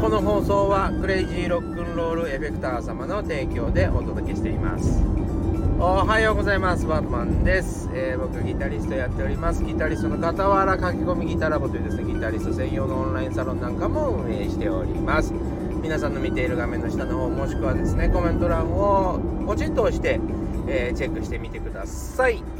この放送はクレイジーロックンロールエフェクター様の提供でお届けしています。おはようございます。バートマンです。僕ギタリストやっております。ギタリストの傍ら書き込みギタラボというですね、ギタリスト専用のオンラインサロンなんかも運営しております。皆さんの見ている画面の下の方、もしくはですねコメント欄をポチッと押して、チェックしてみてください。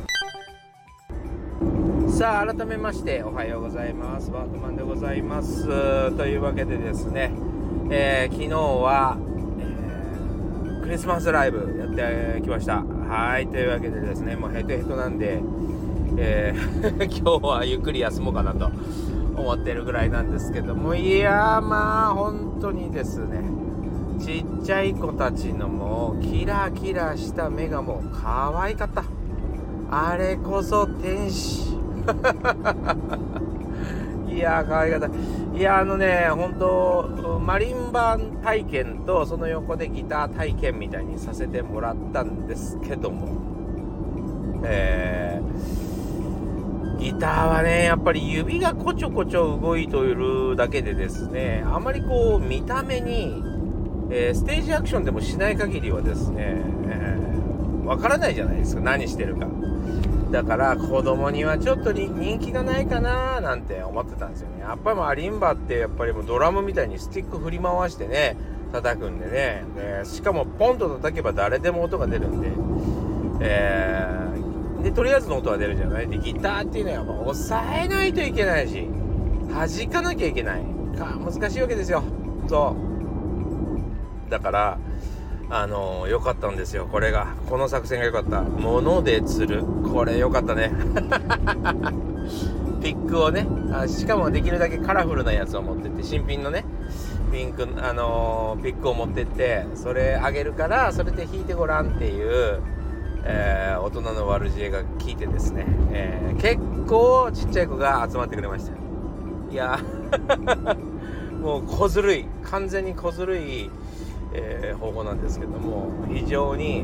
さあ改めましておはようございます。バートマンでございます。というわけでですね、昨日は、クリスマスライブやってきました。はい、というわけでですね、もうヘトヘトなんで、今日はゆっくり休もうかなと思ってるぐらいなんですけども、いやーまあ本当にですね、ちっちゃい子たちのもうキラキラした目がもう可愛かった。あれこそ天使いやー可愛かった。いや本当マリンバ体験とその横でギター体験みたいにさせてもらったんですけども、ギターはねやっぱり指がこちょこちょ動いているだけでですね、あまりこう見た目に、ステージアクションでもしない限りはですね、わからないじゃないですか、何してるか。だから子供にはちょっと人気がないかななんて思ってたんですよね。やっぱりマリンバってやっぱりもうドラムみたいにスティック振り回してね叩くんでね、しかもポンと叩けば誰でも音が出るんで、でとりあえずの音は出るじゃない。でギターっていうのはやっぱ抑えないといけないし弾かなきゃいけない難しいわけですよ。そうだから良かったんですよ。この作戦が良かった。物で釣る、これ良かったねピックをね、しかもできるだけカラフルなやつを持ってって、新品のねピックを持ってって、それあげるからそれで弾いてごらんっていう、大人の悪知恵が効いてですね、結構ちっちゃい子が集まってくれました。いやもう完全に小ずるい方法なんですけども、非常に、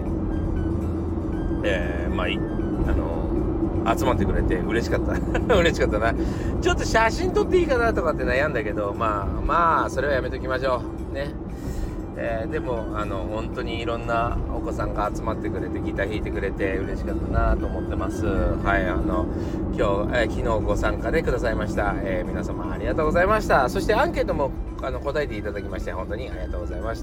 集まってくれて嬉しかった嬉しかったな。ちょっと写真撮っていいかなとかって悩んだけど、まあそれはやめときましょうね。でも本当にいろんなお子さんが集まってくれてギター弾いてくれて嬉しかったなと思ってます。はい、昨日ご参加でくださいました、皆様ありがとうございました。そしてアンケートも答えていただきまして本当にありがとうございました。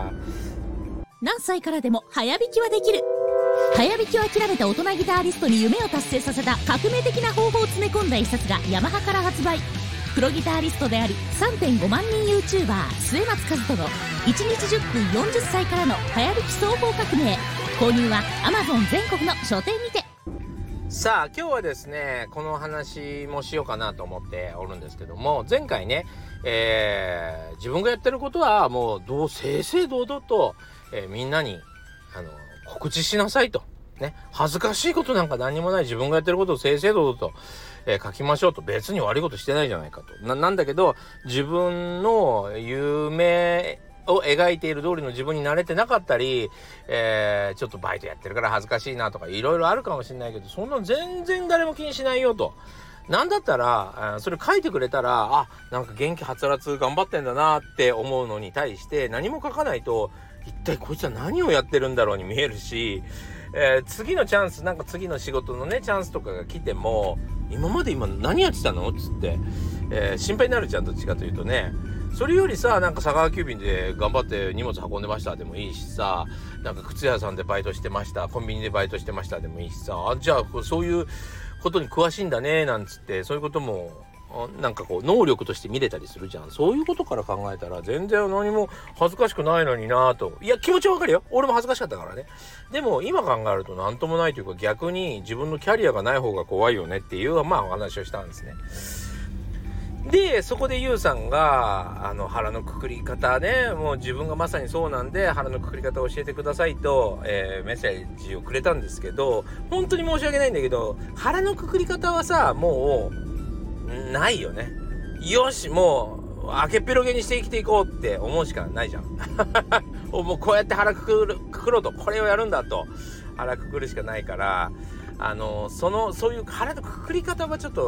何歳からでも早弾きはできる。早弾きを諦めた大人ギタリストに夢を達成させた革命的な方法を詰め込んだ一冊がヤマハから発売。プロギタリストであり 3.5 万人 YouTuber 末松和人の1日10分40歳からの早弾き双方革命。購入は Amazon 全国の書店にて。 さあ今日はですねこの話もしようかなと思っておるんですけども、前回ね、自分がやってることはもう正々堂々と、みんなに告知しなさいとね、恥ずかしいことなんか何もない、自分がやってることを正々堂々と、書きましょうと。別に悪いことしてないじゃないかと。なんだけど自分の夢を描いている通りの自分に慣れてなかったり、ちょっとバイトやってるから恥ずかしいなとかいろいろあるかもしれないけど、そんな全然誰も気にしないよと。なんだったらそれ書いてくれたらなんか元気はつらつ頑張ってんだなって思うのに対して、何も書かないと一体こいつは何をやってるんだろうに見えるし、次のチャンス、なんか次の仕事のねチャンスとかが来ても今何やってたのっつって、心配になるじゃん。どっちかというとね、それよりさ、なんか佐川急便で頑張って荷物運んでましたでもいいしさ、なんか靴屋さんでバイトしてました、コンビニでバイトしてましたでもいいしさ、じゃあそういうことに詳しいんだねなんつって、そういうこともなんかこう能力として見れたりするじゃん。そういうことから考えたら全然何も恥ずかしくないのになと。いや気持ちはわかるよ、俺も恥ずかしかったからね。でも今考えると何ともないというか、逆に自分のキャリアがない方が怖いよねっていうお話をしたんですね。でそこでユウさんが腹のくくり方ね、もう自分がまさにそうなんで腹のくくり方を教えてくださいと、メッセージをくれたんですけど、本当に申し訳ないんだけど、腹のくくり方はさもうないよね。よしもう明けっぺろげにして生きていこうって思うしかないじゃんもうこうやって腹くくろうと、これをやるんだと腹くくるしかないから、そういう腹のくくり方はちょっと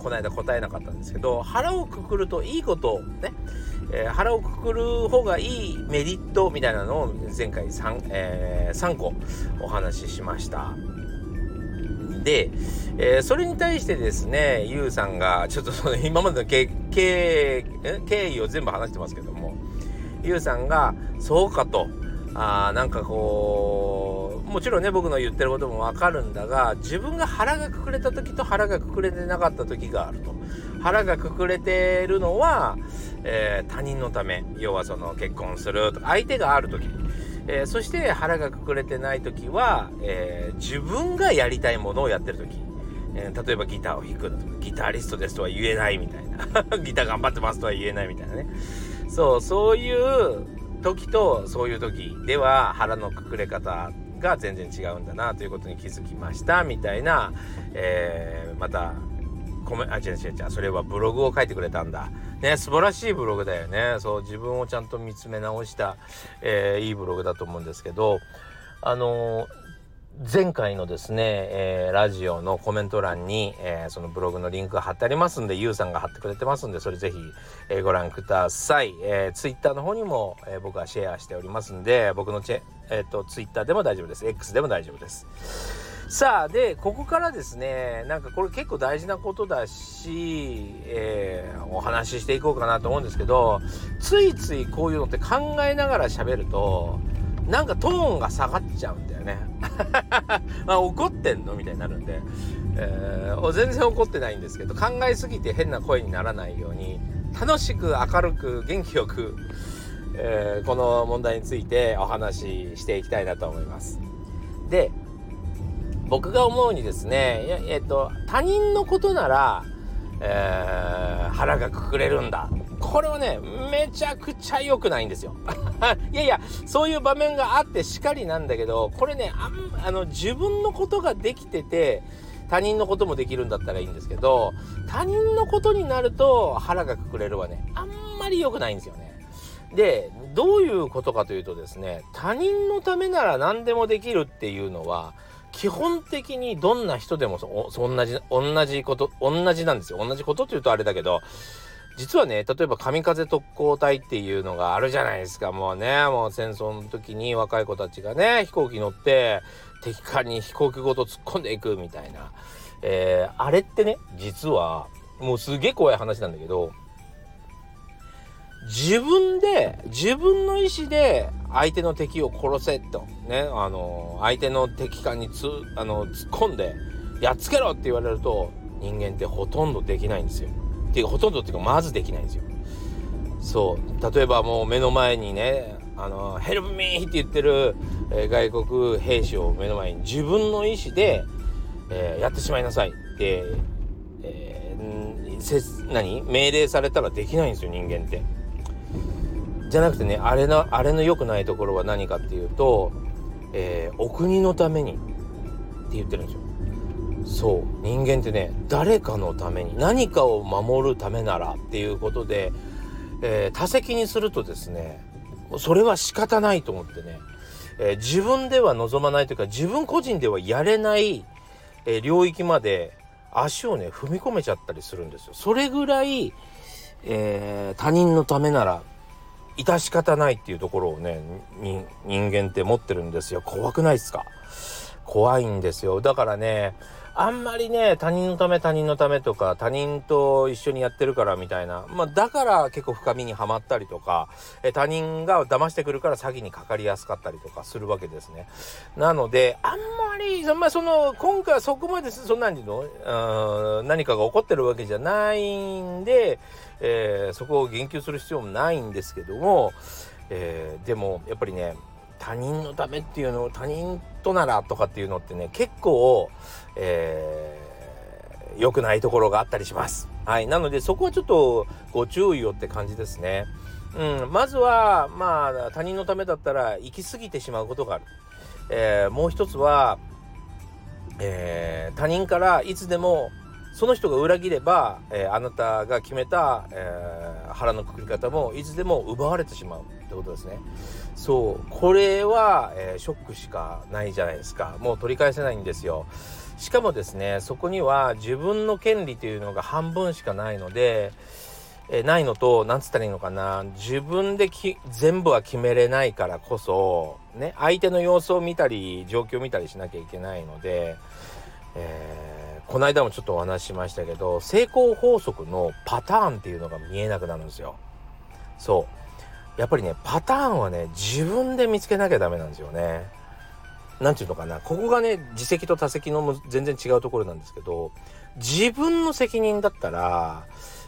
この間答えなかったんですけど、腹をくくるといいことをね、腹をくくる方がいいメリットみたいなのを前回 3個お話ししました。で、それに対してですね、ゆうさんがちょっと今までの経緯を全部話してますけども、ゆうさんがそうかと、なんかこうもちろんね僕の言ってることもわかるんだが、自分が腹がくくれた時と腹がくくれてなかった時があると。腹がくくれてるのは、他人のため、要はその結婚するとか相手がある時、そして腹がくくれてない時は、自分がやりたいものをやってる時、例えばギターを弾くとか、ギタリストですとは言えないみたいなギター頑張ってますとは言えないみたいなね。そういう時とそういう時では腹のくくれ方が全然違うんだなということに気づきましたみたいな、また違うそれはブログを書いてくれたんだね。素晴らしいブログだよね。そう自分をちゃんと見つめ直した、いいブログだと思うんですけど、前回のですね、ラジオのコメント欄に、そのブログのリンクが貼ってありますんで、ゆうさんが貼ってくれてますんで、それぜひ、ご覧ください。ツイッターの方にも、僕はシェアしておりますんで、僕のツイッターでも大丈夫です。 X でも大丈夫です。さあでここからですね、なんかこれ結構大事なことだし、お話ししていこうかなと思うんですけど、ついついこういうのって考えながら喋るとなんかトーンが下がっちゃうんだよね怒ってんのみたいになるんで、全然怒ってないんですけど、考えすぎて変な声にならないように楽しく明るく元気よく、この問題についてお話ししていきたいなと思います。で僕が思うにですね、他人のことなら、腹がくくれるんだ。これはねめちゃくちゃ良くないんですよいやそういう場面があってしかりなんだけど、これね自分のことができてて他人のこともできるんだったらいいんですけど、他人のことになると腹がくくれるはねあんまり良くないんですよね。でどういうことかというとですね、他人のためなら何でもできるっていうのは基本的にどんな人でも同じなんですよ。同じことというとあれだけど、実はね、例えば神風特攻隊っていうのがあるじゃないですか。もう戦争の時に若い子たちがね飛行機乗って敵艦に飛行機ごと突っ込んでいくみたいな、あれってね実はもうすげえ怖い話なんだけど、自分の意思で相手の敵を殺せとね、相手の敵艦に突っ込んでやっつけろって言われると人間ってほとんどできないんですよ。っていうかほとんどっていうかまずできないんですよ。そう例えばもう目の前にねヘルプミーって言ってる、外国兵士を目の前に自分の意思で、やってしまいなさいって、命令されたらできないんですよ人間って。じゃなくてね、あれの良くないところは何かっていうと、お国のためにって言ってるんですよ。そう人間ってね誰かのために何かを守るためならっていうことで、他責にするとですねそれは仕方ないと思ってね、自分では望まないというか自分個人ではやれない、領域まで足をね踏み込めちゃったりするんですよ。それぐらい、他人のためなら致し方ないっていうところをね人間って持ってるんですよ。怖くないですか？怖いんですよ。だからねあんまりね他人のためとか他人と一緒にやってるからみたいな、だから結構深みにはまったりとか、他人が騙してくるから詐欺にかかりやすかったりとかするわけですね。なのであんまり今回はそこまでそんなに何かが起こってるわけじゃないんで、そこを言及する必要もないんですけども、でもやっぱりね他人のためっていうのを他人とならとかっていうのってね結構、良くないところがあったりします。はい、なのでそこはちょっとご注意をって感じですね。まずは他人のためだったら行き過ぎてしまうことがある。もう一つは、他人からいつでもその人が裏切れば、あなたが決めた、腹のくくり方もいつでも奪われてしまうってことですね。そうこれは、ショックしかないじゃないですか。もう取り返せないんですよ。 しかもですね、そこには自分の権利というのが半分しかないので、ないのと、なんつったらいいのかな、自分で全部は決めれないからこそね、相手の様子を見たり状況を見たりしなきゃいけないので、この間もちょっとお話ししましたけど、成功法則のパターンっていうのが見えなくなるんですよ。そうやっぱりね、パターンはね、自分で見つけなきゃダメなんですよね。なんていうのかな、ここがね、自責と他責の全然違うところなんですけど、自分の責任だったら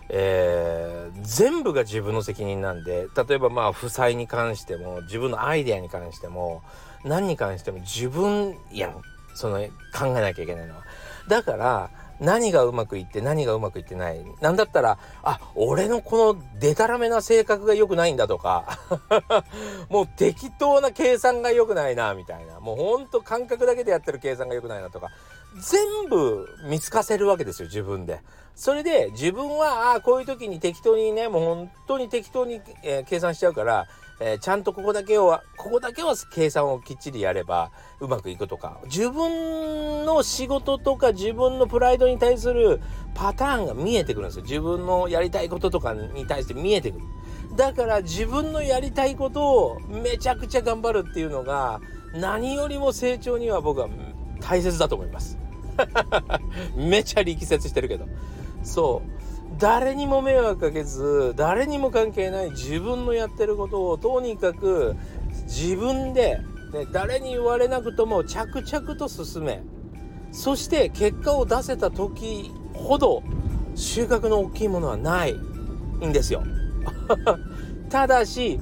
全部が自分の責任なんで、例えば負債に関しても、自分のアイデアに関しても、何に関しても自分やん、考えなきゃいけないのは。だから何がうまくいって何がうまくいってない、なんだったら俺のこのデタラメな性格が良くないんだとかもう適当な計算が良くないなみたいな、もうほんと感覚だけでやってる計算が良くないなとか、全部見つかせるわけですよ、自分で。それで自分はこういう時に適当にね、もう本当に適当に、計算しちゃうから、ちゃんとここだけは計算をきっちりやればうまくいくとか、自分の仕事とか自分のプライドに対するパターンが見えてくるんですよ。自分のやりたいこととかに対して見えてくる。だから自分のやりたいことをめちゃくちゃ頑張るっていうのが何よりも成長には僕は大切だと思いますめちゃ力説してるけど、誰にも迷惑かけず、誰にも関係ない自分のやってることをとにかく自分で、誰に言われなくとも着々と進め、そして結果を出せた時ほど収穫の大きいものはないんですよただし、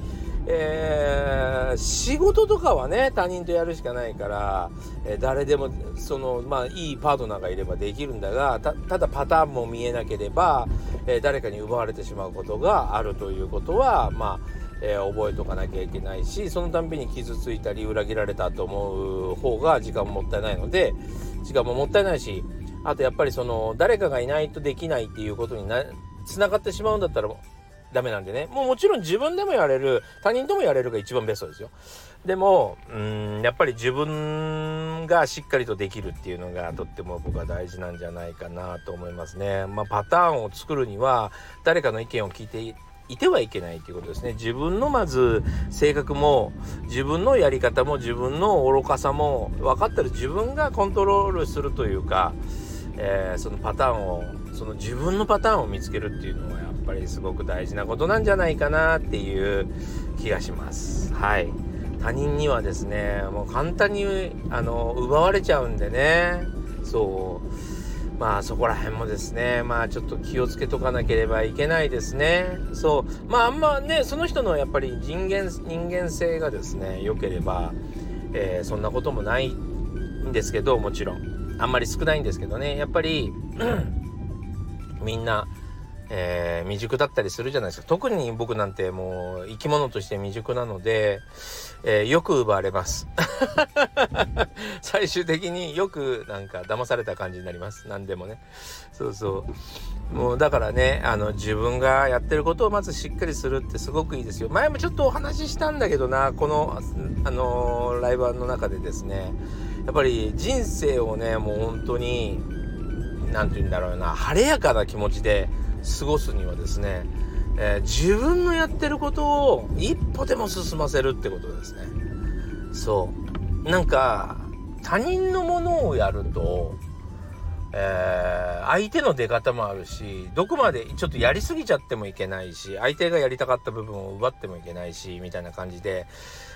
仕事とかはね、他人とやるしかないから、誰でもいいパートナーがいればできるんだが、ただパターンも見えなければ、誰かに奪われてしまうことがあるということは覚えとかなきゃいけないし、そのたんびに傷ついたり裏切られたと思う方が時間ももったいないので、時間ももったいないし、あとやっぱり誰かがいないとできないっていうことにつながってしまうんだったらダメなんでね、もちろん自分でもやれる、他人ともやれるが一番ベストですよ。でもやっぱり自分がしっかりとできるっていうのがとっても僕は大事なんじゃないかなと思いますね。パターンを作るには誰かの意見を聞いていてはいけないということですね。自分のまず性格も自分のやり方も自分の愚かさも分かってる自分がコントロールするというか、そのパターンを、自分のパターンを見つけるっていうのはやっぱりすごく大事なことなんじゃないかなっていう気がします。はい。他人にはですね、もう簡単に奪われちゃうんでね。そこら辺もですね、ちょっと気をつけとかなければいけないですね。あんまね、その人のやっぱり人間性がですね良ければ、そんなこともないんですけど、もちろんあんまり少ないんですけどね、やっぱりみんな、未熟だったりするじゃないですか。特に僕なんてもう生き物として未熟なので、よく奪われます最終的によく騙された感じになります。何でもね。もうだからね、自分がやってることをまずしっかりするってすごくいいですよ。前もちょっとお話ししたんだけどな、このライブの中でですね、やっぱり人生をね、もう本当に晴れやかな気持ちで過ごすにはですね、自分のやってることを一歩でも進ませるってことですね。他人のものをやると、相手の出方もあるし、どこまでちょっとやりすぎちゃってもいけないし、相手がやりたかった部分を奪ってもいけないしみたいな感じで、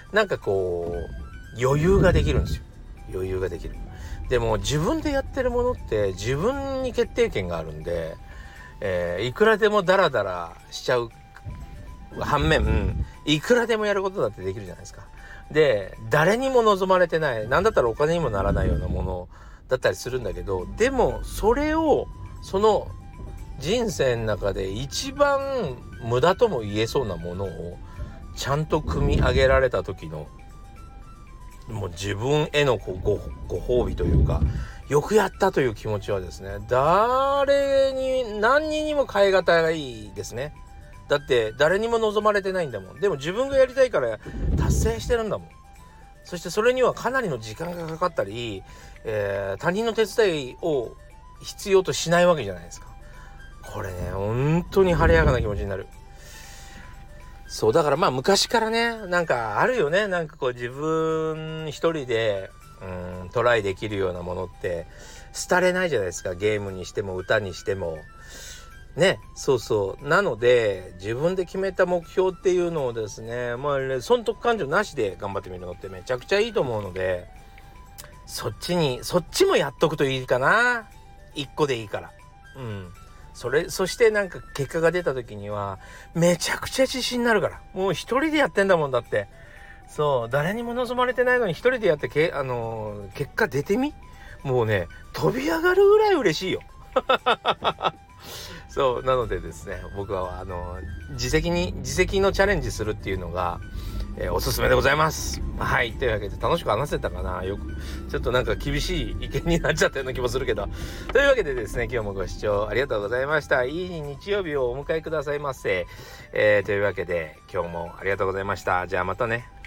余裕ができるんですよ。余裕ができる。でも自分でやってるものって自分に決定権があるんで、いくらでもダラダラしちゃう反面、いくらでもやることだってできるじゃないですか。で、誰にも望まれてない、なんだったらお金にもならないようなものだったりするんだけど、でもそれをその人生の中で一番無駄とも言えそうなものをちゃんと組み上げられた時のもう自分へのご褒美というか、よくやったという気持ちはですね、何にも代え難いですね。だって誰にも望まれてないんだもん。でも自分がやりたいから達成してるんだもん。 そしてそれにはかなりの時間がかかったり、他人の手伝いを必要としないわけじゃないですか。これね本当に晴れやかな気持ちになる。そうだからまあ昔からねなんかあるよね、なんかこう自分一人でトライできるようなものって廃れないじゃないですか。ゲームにしても歌にしてもね。そうなので自分で決めた目標っていうのをですね、まあ損得感情なしで頑張ってみるのってめちゃくちゃいいと思うので、そっちもやっとくといいかな。一個でいいから。そしてなんか結果が出た時にはめちゃくちゃ自信になるから。もう一人でやってんだもん。だって誰にも望まれてないのに一人でやって結果出てみ、もうね飛び上がるぐらい嬉しいよ。なのでですね、僕は自責のチャレンジするっていうのが、おすすめでございます。はい、というわけで楽しく話せたかな。ちょっとなんか厳しい意見になっちゃったような気もするけど、というわけでですね、今日もご視聴ありがとうございました。いい日曜日をお迎えくださいませ。というわけで今日もありがとうございました。じゃあまたね。